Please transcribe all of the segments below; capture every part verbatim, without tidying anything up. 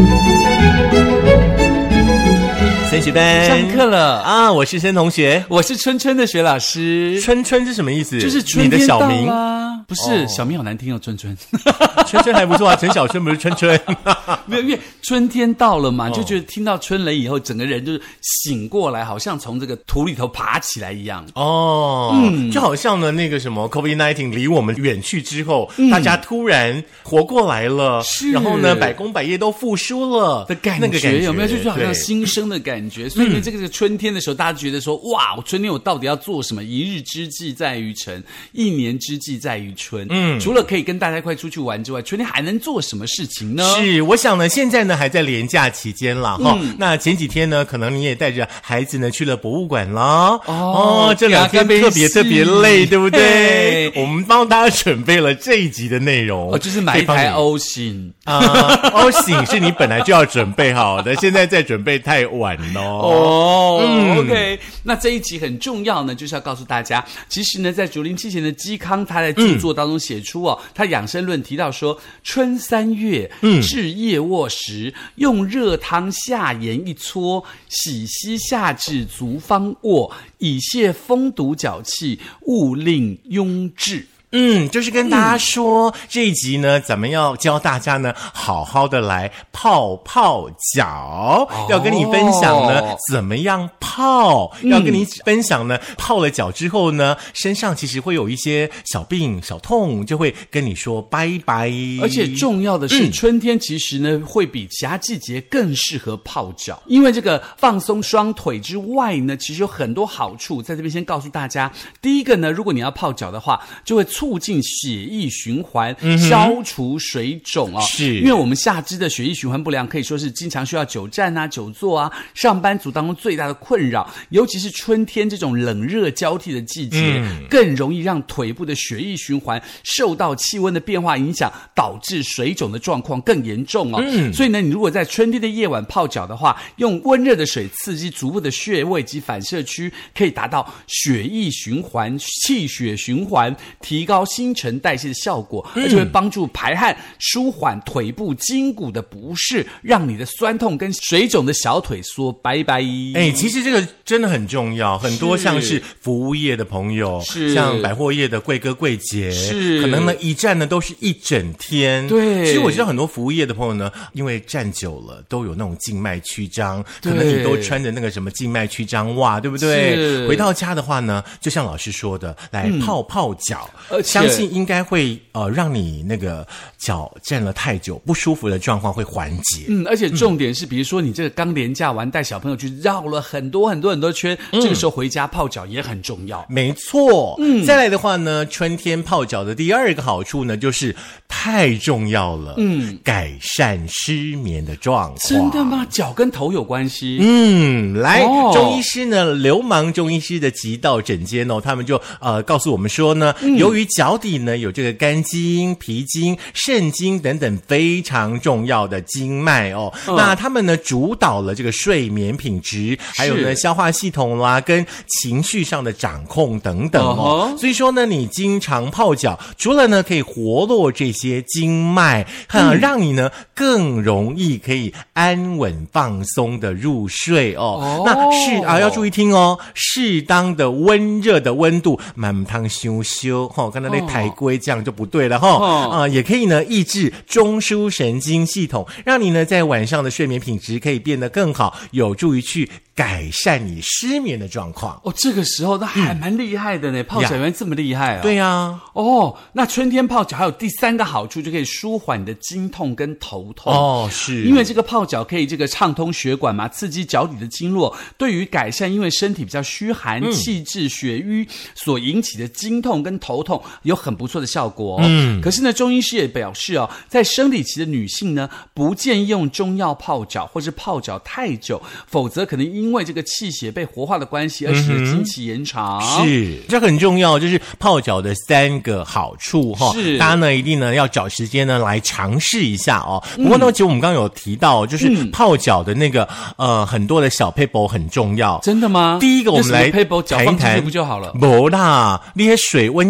森学班上课了啊！我是森同学， 我是春春的学老师。 春春是什么意思？ 就是春天到你的小名啦，不是、 哦、 小名好难听哦，春春。 春春还不错啊，陈小春不是春春。 没有，因为春天到了嘛， 哦、 就觉得听到春雷以后，整个人就是醒过来，好像从这个土里头爬起来一样。 哦，嗯，就好像呢，那个什么 COVID 十九 离我们远去之后、嗯，大家突然活过来了， 是， 然后呢，百工百业都复苏了的感觉， 那个感觉有没有？就是好像新生的感觉。所以呢，这个春天的时候，大家觉得说，哇，春天我到底要做什么？一日之计在于晨，一年之计在于春。嗯，除了可以跟大家一块出去玩之外，春天还能做什么事情呢？ 是，我想呢，现在呢还在连假期间啦，哈、嗯。那前几天呢，可能你也带着孩子呢去了博物馆啦。哦，哦这两天特别特别累，对不对？我们帮大家准备了这一集的内容， 哦，就是买一台欧醒啊，欧醒是你本来就要准备好的，现在再准备太晚咯。 哦、嗯、，OK， 那这一集很重要呢，就是要告诉大家，其实呢，在竹林七贤的嵇康他在著作当中写出哦，嗯、他养生论提到说，春三月，嗯，至夜卧时，用热汤下盐一搓，洗膝下至足方卧，以泻风毒脚气，勿令壅滞。 嗯，就是跟大家说、嗯、这一集呢，咱们要教大家呢，好好的来泡泡脚、哦，要跟你分享呢，怎么样泡、嗯，要跟你分享呢，泡了脚之后呢，身上其实会有一些小病小痛，就会跟你说拜拜。 而且重要的是，嗯、春天其实呢，会比其他季节更适合泡脚，因为这个放松双腿之外呢，其实有很多好处，在这边先告诉大家。第一个呢，如果你要泡脚的话，就会促促进血液循环、嗯、消除水肿啊、哦！ 是， 因为我们下肢的血液循环不良，可以说是经常需要久站啊、久坐啊，上班族当中最大的困扰。尤其是春天这种冷热交替的季节、嗯，更容易让腿部的血液循环受到气温的变化影响，导致水肿的状况更严重哦。嗯、所以呢，你如果在春天的夜晚泡脚的话，用温热的水刺激足部的穴位及反射区，可以达到血液循环、气血循环，提高新陈代谢的效果，而且会帮助排汗，舒缓腿部筋骨的不适，让你的酸痛跟水肿的小腿说拜拜。 哎，其实这个真的很重要，很多像是服务业的朋友，是像百货业的贵哥贵姐，是可能呢一站呢都是一整天。对，其实我知道很多服务业的朋友呢，因为站久了都有那种静脉曲张，可能你都穿着那个什么静脉曲张袜，对不对？回到家的话呢，就像老师说的，来泡泡脚。嗯，相信应该会呃让你那个脚站了太久不舒服的状况会缓解。 嗯，而且重点是，嗯、比如说你这个刚连假完带小朋友去绕了很多很多很多圈，嗯、这个时候回家泡脚也很重要。 没错。嗯，再来的话呢，春天泡脚的第二个好处呢，就是太重要了。嗯，改善失眠的状况。 真的吗？脚跟头有关系？ 嗯，来，哦、中医师呢，流氓中医师的极道诊间哦，他们就呃告诉我们说呢，嗯、由于脚底呢有这个肝经、脾经、肾经等等非常重要的经脉哦，嗯、那他们呢主导了这个睡眠品质，还有呢消化系统啦跟情绪上的掌控等等哦。Uh-huh. 所以说呢，你经常泡脚，除了呢可以活络这些经脉，嗯、让你呢更容易可以安稳放松的入睡哦。哦那是啊要注意听哦，适当的温热的温度，满汤羞羞哈，刚才那台龟这样就不对了哈。啊、呃，也可以呢抑制中枢神经系统，让你呢在晚上的睡眠品质可以变得更好，有助于去改善你失眠的状况。 哦，这个时候那还蛮厉害的呢，嗯、泡脚原来这么厉害啊！ 对啊， 哦，那春天泡脚还有第三个好处，就可以舒缓你的经痛跟头痛。 哦，是因为这个泡脚可以这个畅通血管嘛，刺激脚底的经络，对于改善因为身体比较虚寒、嗯、气滞血瘀所引起的经痛跟头痛有很不错的效果。嗯，可是呢，中医师也表示哦，在生理期的女性呢，不建议用中药泡脚或是泡脚太久，否则可能因为这个气血被活化的关系而使得经期延长。 嗯、是，这很重要，就是泡脚的三个好处哈。是，大家呢一定呢要找时间呢来尝试一下哦。不过呢，嗯、其实我们刚刚有提到，就是泡脚的那个、嗯、呃很多的小撇步很重要。 真的吗？ 第一个我们来撇步，脚放进去不就好了？ 不啦，那些水温要调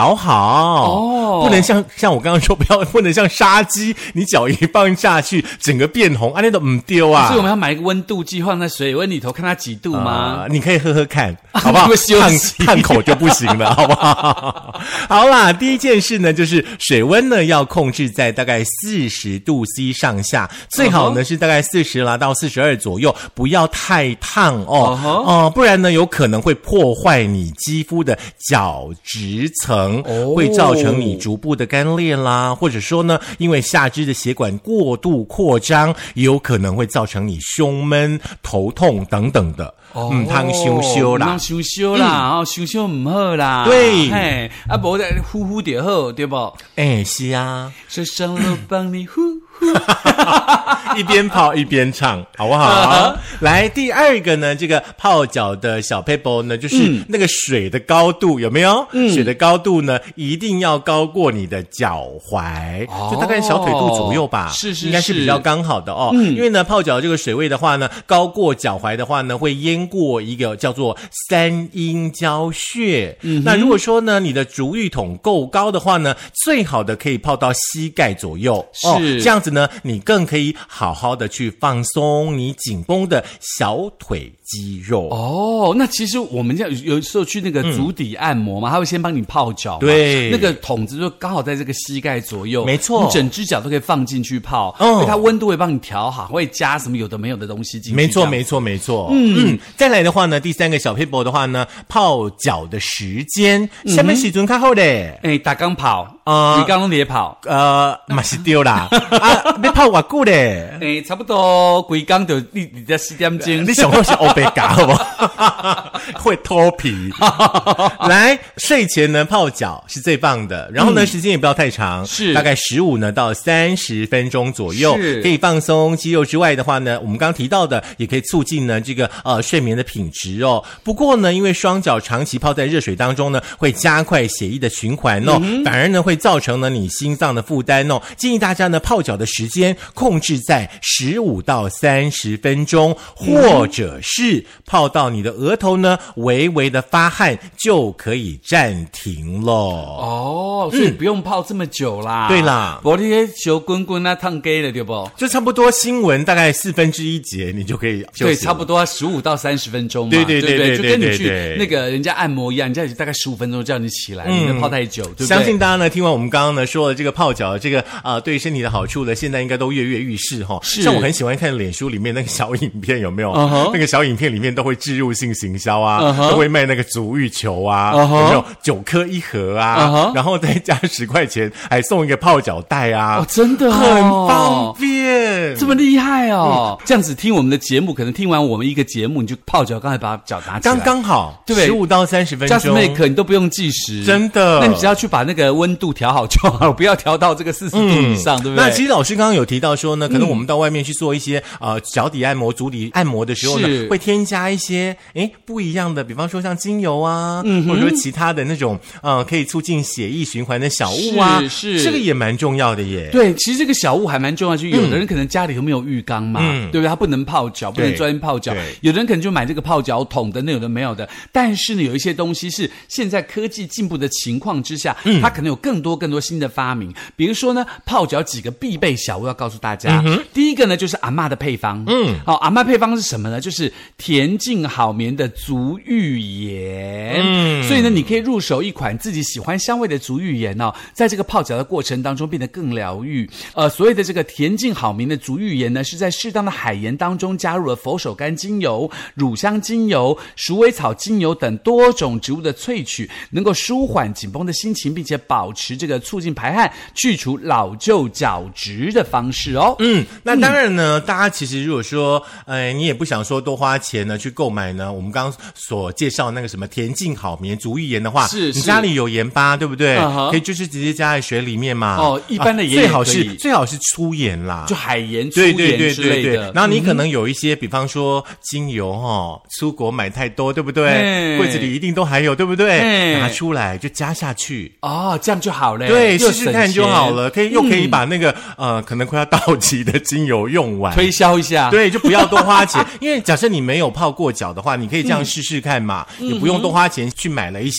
烤好哦，不能像像我刚刚说，不要不能像杀鸡，你脚一放下去，整个变红，啊，那都唔丢啊。 所以我们要买一个温度计，放在水温里头，看它几度吗？ 呃、你可以喝喝看，好不好？烫烫口就不行了，好不好？好啦，第一件事呢，就是水温呢要控制在大概四十度 C 上下，最好呢、uh-huh. 是大概四十啦到四十二左右，不要太烫哦，哦、uh-huh. 呃，不然呢有可能会破坏你肌肤的角质层， oh. 会造成你逐步的干裂啦，或者说呢，因为下肢的血管过度扩张，也有可能会造成你胸闷、头痛等等的。 哦， 唔通羞羞啦， 唔通羞羞啦，哦，羞羞唔好啦， 对， 嘿，啊，无得呼呼就好，对不？ 哎，是啊， 手上路帮你呼呼， 一边泡一边唱，好不好？来，第二个呢，这个泡脚的小撇步呢，就是那个水的高度、嗯、有没有？嗯，水的高度呢，一定要高过你的脚踝，哦、就大概小腿肚左右吧， 是是是， 应该是比较刚好的哦。嗯，因为呢，泡脚这个水位的话呢，高过脚踝的话呢，会淹过一个叫做三阴交穴。嗯，那如果说呢，你的足浴筒够高的话呢，最好的可以泡到膝盖左右， 是、 哦、这样子呢，你更可以好好的去放松你紧绷的小腿肌肉。 哦，那其实我们这样有时候去那个足底按摩嘛，嗯、他会先帮你泡脚嘛， 对， 那个筒子就刚好在这个膝盖左右， 没错， 你整只脚都可以放进去泡，嗯，因为它温度会帮你调好，会加什么有的没有的东西进去， 没错，没错，没错。嗯，嗯再来的话呢，第三个小撇步的话呢，泡脚的时间， 嗯、 下面时阵较好嘞， 哎，打钢跑。啊，你刚刚也跑， 呃，嘛是对啦，啊，你泡多久嘞？ 诶、欸，差不多规工就你你在四点钟， 你想好是欧贝嘎好不好？会脱皮。来，睡前呢泡脚是最棒的，然后呢、嗯、时间也不要太长， 是大概十五呢到三十分钟左右，可以放松肌肉之外的话呢，我们刚刚提到的也可以促进呢这个呃睡眠的品质哦。不过呢，因为双脚长期泡在热水当中呢，会加快血液的循环哦，嗯、反而呢会造成呢你心脏的负担哦。建议大家呢泡脚的时间控制在十五到三十分钟，或者是泡到你的额头呢微微的发汗就可以暂停了。 哦，所以不用泡这么久啦。 嗯、对啦， 我那些小滚滚啊烫给了对不？ 就差不多新闻大概四分之一节你就可以休息了。 对，差不多十五到三十分钟嘛。 对对对对对对， 就跟你去那个人家按摩一样，人家大概十五分钟叫你起来，嗯、你能泡太久，对不对？ 相信大家呢听完我们刚刚呢说了这个泡脚的这个呃对身体的好处呢，现在应该都跃跃欲试哈。是，像我很喜欢看脸书里面那个小影片，有没有？ Uh-huh. 那个小影片里面都会置入性行销啊， uh-huh. 都会卖那个足浴球啊， uh-huh. 有没有九颗一盒啊？ uh-huh. 然后再加十块钱，还送一个泡脚袋啊！ 哦，真的、哦、 很方便， 这么厉害哦、嗯！这样子听我们的节目，可能听完我们一个节目，你就泡脚，刚才把脚拿起来， 刚刚好， 对不对？ 十五到三十分钟 ，just make 你都不用计时， 真的。 那你只要去把那个温度调好就好，不要调到这个四十度以上，嗯、对不对？ 那其实老师刚刚有提到说呢，可能我们到外面去做一些、嗯、呃脚底按摩、足底按摩的时候呢，会添加一些诶不一样的，比方说像精油啊，嗯、或者说其他的那种呃可以促进血液循环的小物啊， 是是， 这个也蛮重要的耶。 对，其实这个小物还蛮重要，就有的人可能家里头没有浴缸嘛，嗯、对不对？他不能泡脚，不能专门泡脚，有的人可能就买这个泡脚桶的，那有的没有的。但是呢，有一些东西是现在科技进步的情况之下，嗯、它可能有更多更多新的发明。比如说呢，泡脚几个必备小物要告诉大家。嗯、第一个呢，就是阿嬷的配方。嗯，好、哦，阿嬷配方是什么呢？就是恬静好眠的足浴盐。嗯，所以呢，你可以入手一款自己喜欢香味的足浴盐哦，在这个泡脚的过程当中变得更疗愈。呃，所谓的这个恬静好眠的足浴盐呢，是在适当的海盐当中加入了佛手柑精油、乳香精油、鼠尾草精油等多种植物的萃取，能够舒缓紧绷的心情，并且保持这个促进排汗、去除老旧角质的方式哦。 嗯，那当然呢，嗯、大家其实如果说，呃，你也不想说多花钱呢去购买呢，我们刚刚所介绍那个什么恬静好眠足浴盐的话， 是你家里有盐巴对不对？Uh-huh. 可以就是直接加在水里面嘛。 哦，一般的盐、啊、 最好是最好是粗盐啦， 就海盐、粗盐之类的。对对对对对。 然后你可能有一些，嗯、比方说精油哦，出国买太多对不对？柜子里一定都还有对不对？拿出来就加下去。 哦，这样就好了。 对，试试看就好了。可以又可以把那个、嗯、呃可能快要到期的精油用完， 推销一下。 对，就不要多花钱，因为假设你没有泡过脚的话，你可以这样试试看嘛，嗯、也不用多花钱去买了一些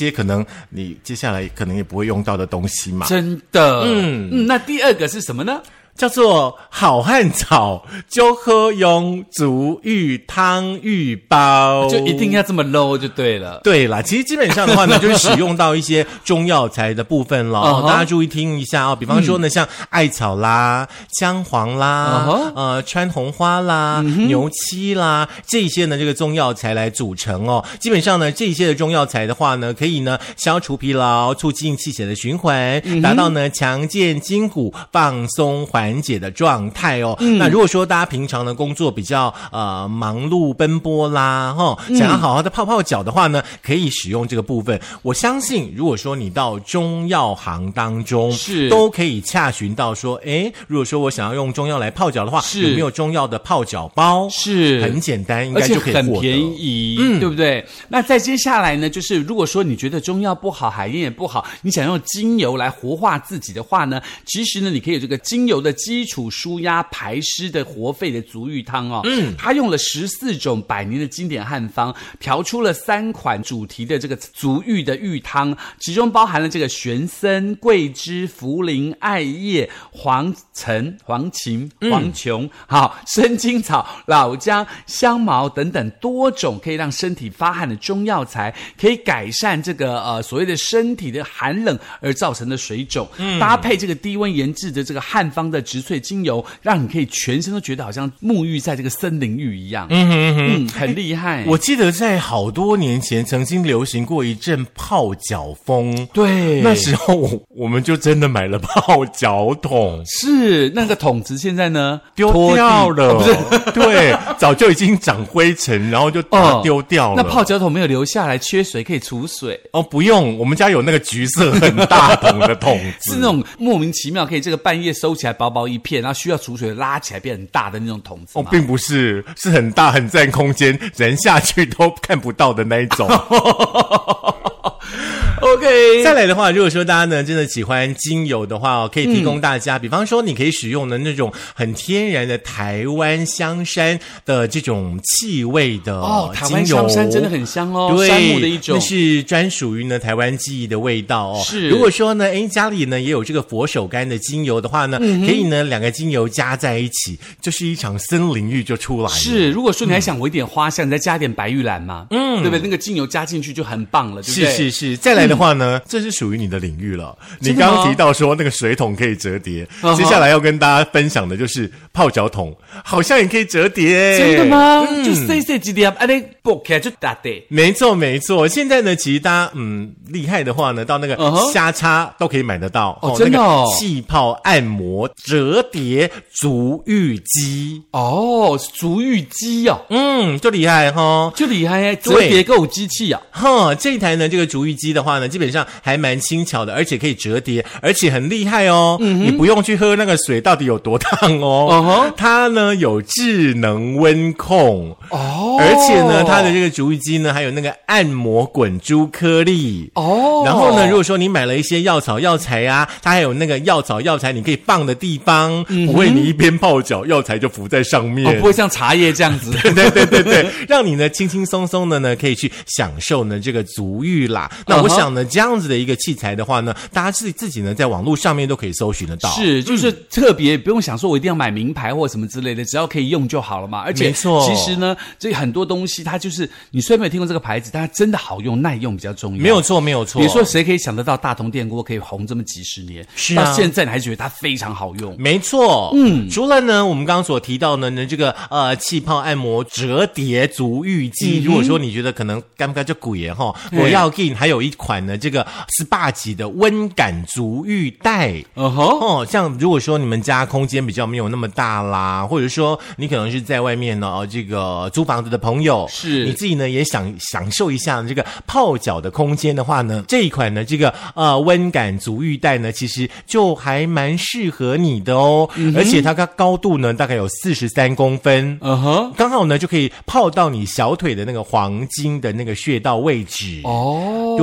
些可能你接下来可能也不会用到的东西嘛。 真的，嗯嗯，那第二个是什么呢？ 叫做好汉草就喝用足浴汤浴包， 就一定要这么 low 就对了。 对啦，其实基本上的话呢，就是使用到一些中药材的部分了、uh-huh. 大家注意听一下哦。比方说呢，嗯、像艾草啦、姜黄啦、uh-huh. 呃川红花啦、uh-huh. 牛漆啦，这些呢这个中药材来组成哦。基本上呢，这些的中药材的话呢，可以呢消除疲劳、促进气血的循环， uh-huh. 达到呢强健筋骨、放松缓。缓解的状态哦、嗯。那如果说大家平常呢工作比较呃忙碌奔波啦，哈、哦，想要好好的泡泡脚的话呢，可以使用这个部分。我相信，如果说你到中药行当中，是都可以洽询到说，诶，如果说我想要用中药来泡脚的话，是有没有中药的泡脚包？是很简单，应该就可以获得，而且很便宜，嗯，对不对？那再接下来呢，就是如果说你觉得中药不好，海盐也不好，你想用精油来活化自己的话呢，其实呢，你可以有这个精油的基础舒压排湿的活肺的足浴汤哦，嗯，它用了十四种百年的经典汉方，调出了三款主题的这个足浴的浴汤，其中包含了这个玄参、桂枝、茯苓、艾叶、黄岑、黄芩、黄琼、嗯、好生青草、老姜、香茅等等多种可以让身体发汗的中药材，可以改善这个呃所谓的身体的寒冷而造成的水肿，嗯，搭配这个低温研制的这个汉方的植萃精油，让你可以全身都觉得好像沐浴在这个森林浴一样，嗯哼哼，嗯，很厉害。 我记得在好多年前曾经流行过一阵泡脚风， 对， 那时候我我们就真的买了泡脚桶， 是那个桶子现在呢丢掉了，哦、不是，对，早就已经长灰尘，然后就把它丢掉了、哦。 那泡脚桶没有留下来，缺水可以储水哦，不用，我们家有那个橘色很大桶的桶子， 是那种莫名其妙可以这个半夜收起来薄薄一片，然后需要储水拉起来变很大的那种桶子。 哦，并不是，是很大很占空间，人下去都看不到的那一种。OK， 再来的话，如果说大家呢真的喜欢精油的话哦，可以提供大家、嗯、比方说你可以使用的那种很天然的台湾香山的这种气味的精油哦， 台湾香山真的很香哦，对，杉木的一种， 那是专属于呢台湾记忆的味道哦。是，如果说呢诶家里呢也有这个佛手柑的精油的话呢、嗯、可以呢两个精油加在一起，就是一场森林浴就出来了。 是，如果说你还想围点花香、嗯、你再加点白玉兰嘛，嗯，对不对？那个精油加进去就很棒了，对不对？ 是是是，再来的话呢、嗯、这是属于你的领域了。你刚刚提到说那个水桶可以折叠，接下来要跟大家分享的就是泡脚桶，好像也可以折叠。 真的吗？嗯、就细细一点，啊你剥开就打的。 没错没错，现在呢其实大家嗯厉害的话呢，到那个虾叉都可以买得到、 哦哦、真的哦， 那个气泡按摩折叠足浴机哦，足浴机哦， 嗯，就厉害哈、哦， 就厉害，折叠够机器啊， 哈，这一台呢这个足浴机的话呢，基本上还蛮轻巧的，而且可以折叠，而且很厉害哦、嗯、你不用去喝那个水到底有多烫哦、uh-huh. 它呢有智能温控哦，而且呢它的这个足浴机呢还有那个按摩滚珠颗粒哦，然后呢如果说你买了一些药草药材啊，它还有那个药草药材你可以放的地方、嗯、不会你一边泡脚药材就浮在上面、哦、 不会像茶叶这样子对对对对对，让你呢轻轻松松的呢可以去享受呢这个足浴啦。那我想呢、uh-huh. 这样子的一个器材的话呢，大家自己自己呢在网络上面都可以搜寻得到， 是就是特别不用想说我一定要买名牌或什么之类的，只要可以用就好了嘛。而且其实呢这很多东西它就是你虽然没有听过这个牌子，但它真的好用耐用比较重要。 没有错没有错， 比如说谁可以想得到大同电锅可以红这么几十年，是啊，到现在你还觉得它非常好用。 没错，嗯，除了呢我们刚刚所提到的呢这个呃气泡按摩折叠足浴机、嗯、如果说你觉得可能干不干就贵耶齁，我要给还有一款呢这个 S P A 级的温感足浴袋，嗯哼，哦，像如果说你们家空间比较没有那么大啦，或者说你可能是在外面呢、哦、这个租房子的朋友，是你自己呢也想享受一下这个泡脚的空间的话呢，这一款呢这个呃温感足浴袋呢其实就还蛮适合你的哦、嗯、而且它的高度呢大概有四十三公分，嗯哼，刚好呢就可以泡到你小腿的那个黄金的那个穴道位置哦，对，而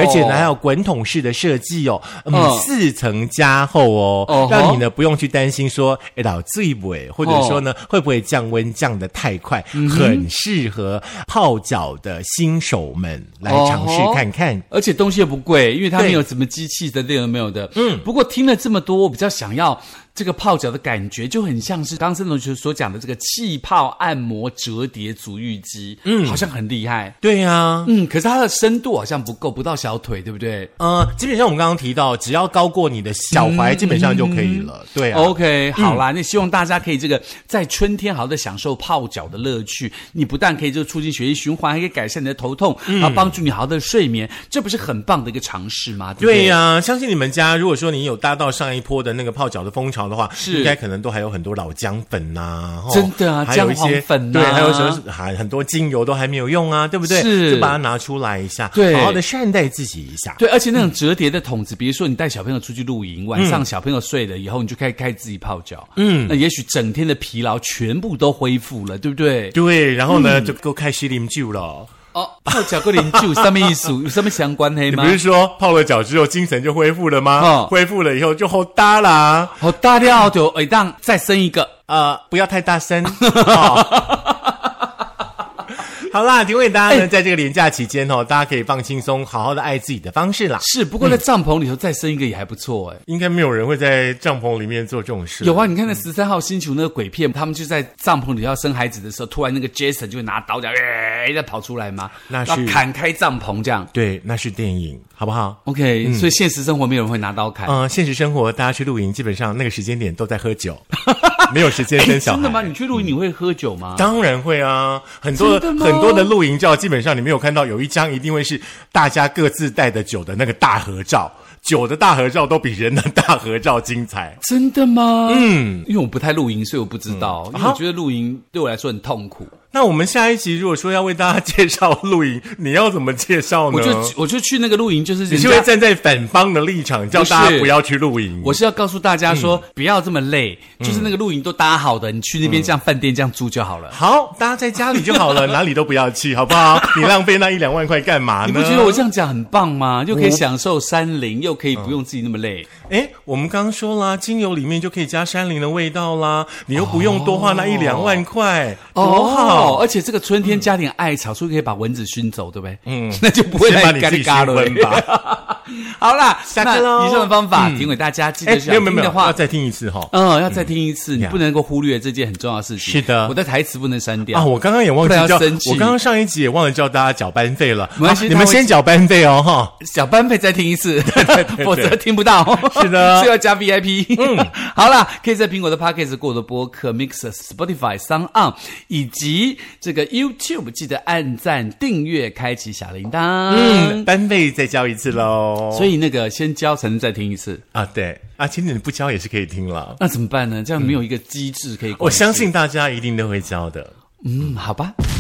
而且呢还有滚筒式的设计哦，嗯， 嗯四层加厚哦， 哦让你呢不用去担心说哎老醉不会，或者说呢、哦、会不会降温降得太快，嗯、很适合泡脚的新手们来尝试看看。 哦、而且东西也不贵，因为它没有什么机器的那个没有的。嗯，不过听了这么多，我比较想要。这个泡脚的感觉就很像是刚刚森同学所讲的这个气泡按摩折叠足浴机，嗯，好像很厉害。 对呀、啊， 嗯，可是它的深度好像不够，不到小腿，对不对？ 呃，基本上我们刚刚提到，只要高过你的脚踝，嗯、基本上就可以了。对啊 ，OK， 好啦，嗯、那希望大家可以这个在春天好好的享受泡脚的乐趣。你不但可以就促进血液循环，还可以改善你的头痛，嗯、然后帮助你好好的睡眠，这不是很棒的一个尝试吗？对不对？ 对呀、啊，相信你们家如果说你有搭到上一波的那个泡脚的风潮的话，是应该可能都还有很多老姜粉呐、啊， 真的啊， 还有一些粉、啊、 对，还有什么还很多精油都还没有用啊，对不对？ 是， 就把它拿出来一下， 对， 好好的善待自己一下。 对，而且那种折叠的桶子，嗯、比如说你带小朋友出去露营，晚上小朋友睡了以后，你就开始开自己泡脚，嗯，那也许整天的疲劳全部都恢复了，对不对？ 对，然后呢，嗯、就够开始啉酒了。 哦，泡脚跟啉酒什么意思？有什么相关黑吗？ 你不是说泡了脚之后精神就恢复了吗？哦，恢复了以后就好大啦， 好大了就哎当再生一个， 呃，不要太大声。哦好啦，提醒大家呢，欸、在这个连假期间哦，大家可以放轻松，好好的爱自己的方式啦。 是，不过在帐篷里头再生一个也还不错哎。 应该没有人会在帐篷里面做这种事。 有啊，你看那十三号星球那个鬼片，他们就在帐篷里要生孩子的时候，突然那个 Jason 就会拿刀这样，哎，再跑出来嘛， 那是砍开帐篷这样。 对，那是电影，好不好 ？OK，、嗯、所以现实生活没有人会拿刀砍。 嗯、呃，现实生活大家去露营，基本上那个时间点都在喝酒。没有时间生小孩、欸、 真的吗？你去露营你会喝酒吗？ 当然会啊，很多很多的露营照，基本上你没有看到有一张一定会是大家各自带的酒的那个大合照，酒的大合照都比人的大合照精彩。 真的吗？ 嗯， 因为我不太露营，所以我不知道。嗯、因为我觉得露营对我来说很痛苦。 那我们下一集如果说要为大家介绍露营，你要怎么介绍呢？ 我就我就去那个露营，就是人家你是会站在反方的立场，叫大家不要去露营。 我是要告诉大家说，嗯、不要这么累，就是那个露营都搭好的，你去那边像饭店这样住就好了。 好，大家在家里就好了，哪里都不要去，好不好？你浪费那一两万块干嘛呢？ 你不觉得我这样讲很棒吗？又可以享受山林，又可以不用自己那么累。 哎、嗯，我们刚刚说啦，精油里面就可以加山林的味道啦，你又不用多花那一两万块，哦、多好！ 而且这个春天加点艾草，所以可以把蚊子熏走，对不对？ 嗯， 那就不会来咖喱咖喱吧。 好啦， 下课喽。 以上的方法提供给大家，记得是要听的话， 要再听一次哈。 嗯，要再听一次，你不能够忽略这件很重要的事情。 是的， 我的台词不能删掉啊。我刚刚也忘记叫，我刚刚上一集也忘了叫大家缴班费了。 没关系， 你们先缴班费哦，哈， 缴班费再听一次，否则听不到。 是的， 是要加 V I P。嗯，好啦，可以在苹果的 Podcast、过的播客、Mixer、Spotify、SoundOn 以及这个 YouTube 记得按赞、订阅、开启小铃铛。 嗯，班费再交一次喽。 所以那个先交才能再听一次啊。对啊，其实你不交也是可以听了。 那怎么办呢？这样没有一个机制可以、嗯。 我相信大家一定都会交的。 嗯，好吧。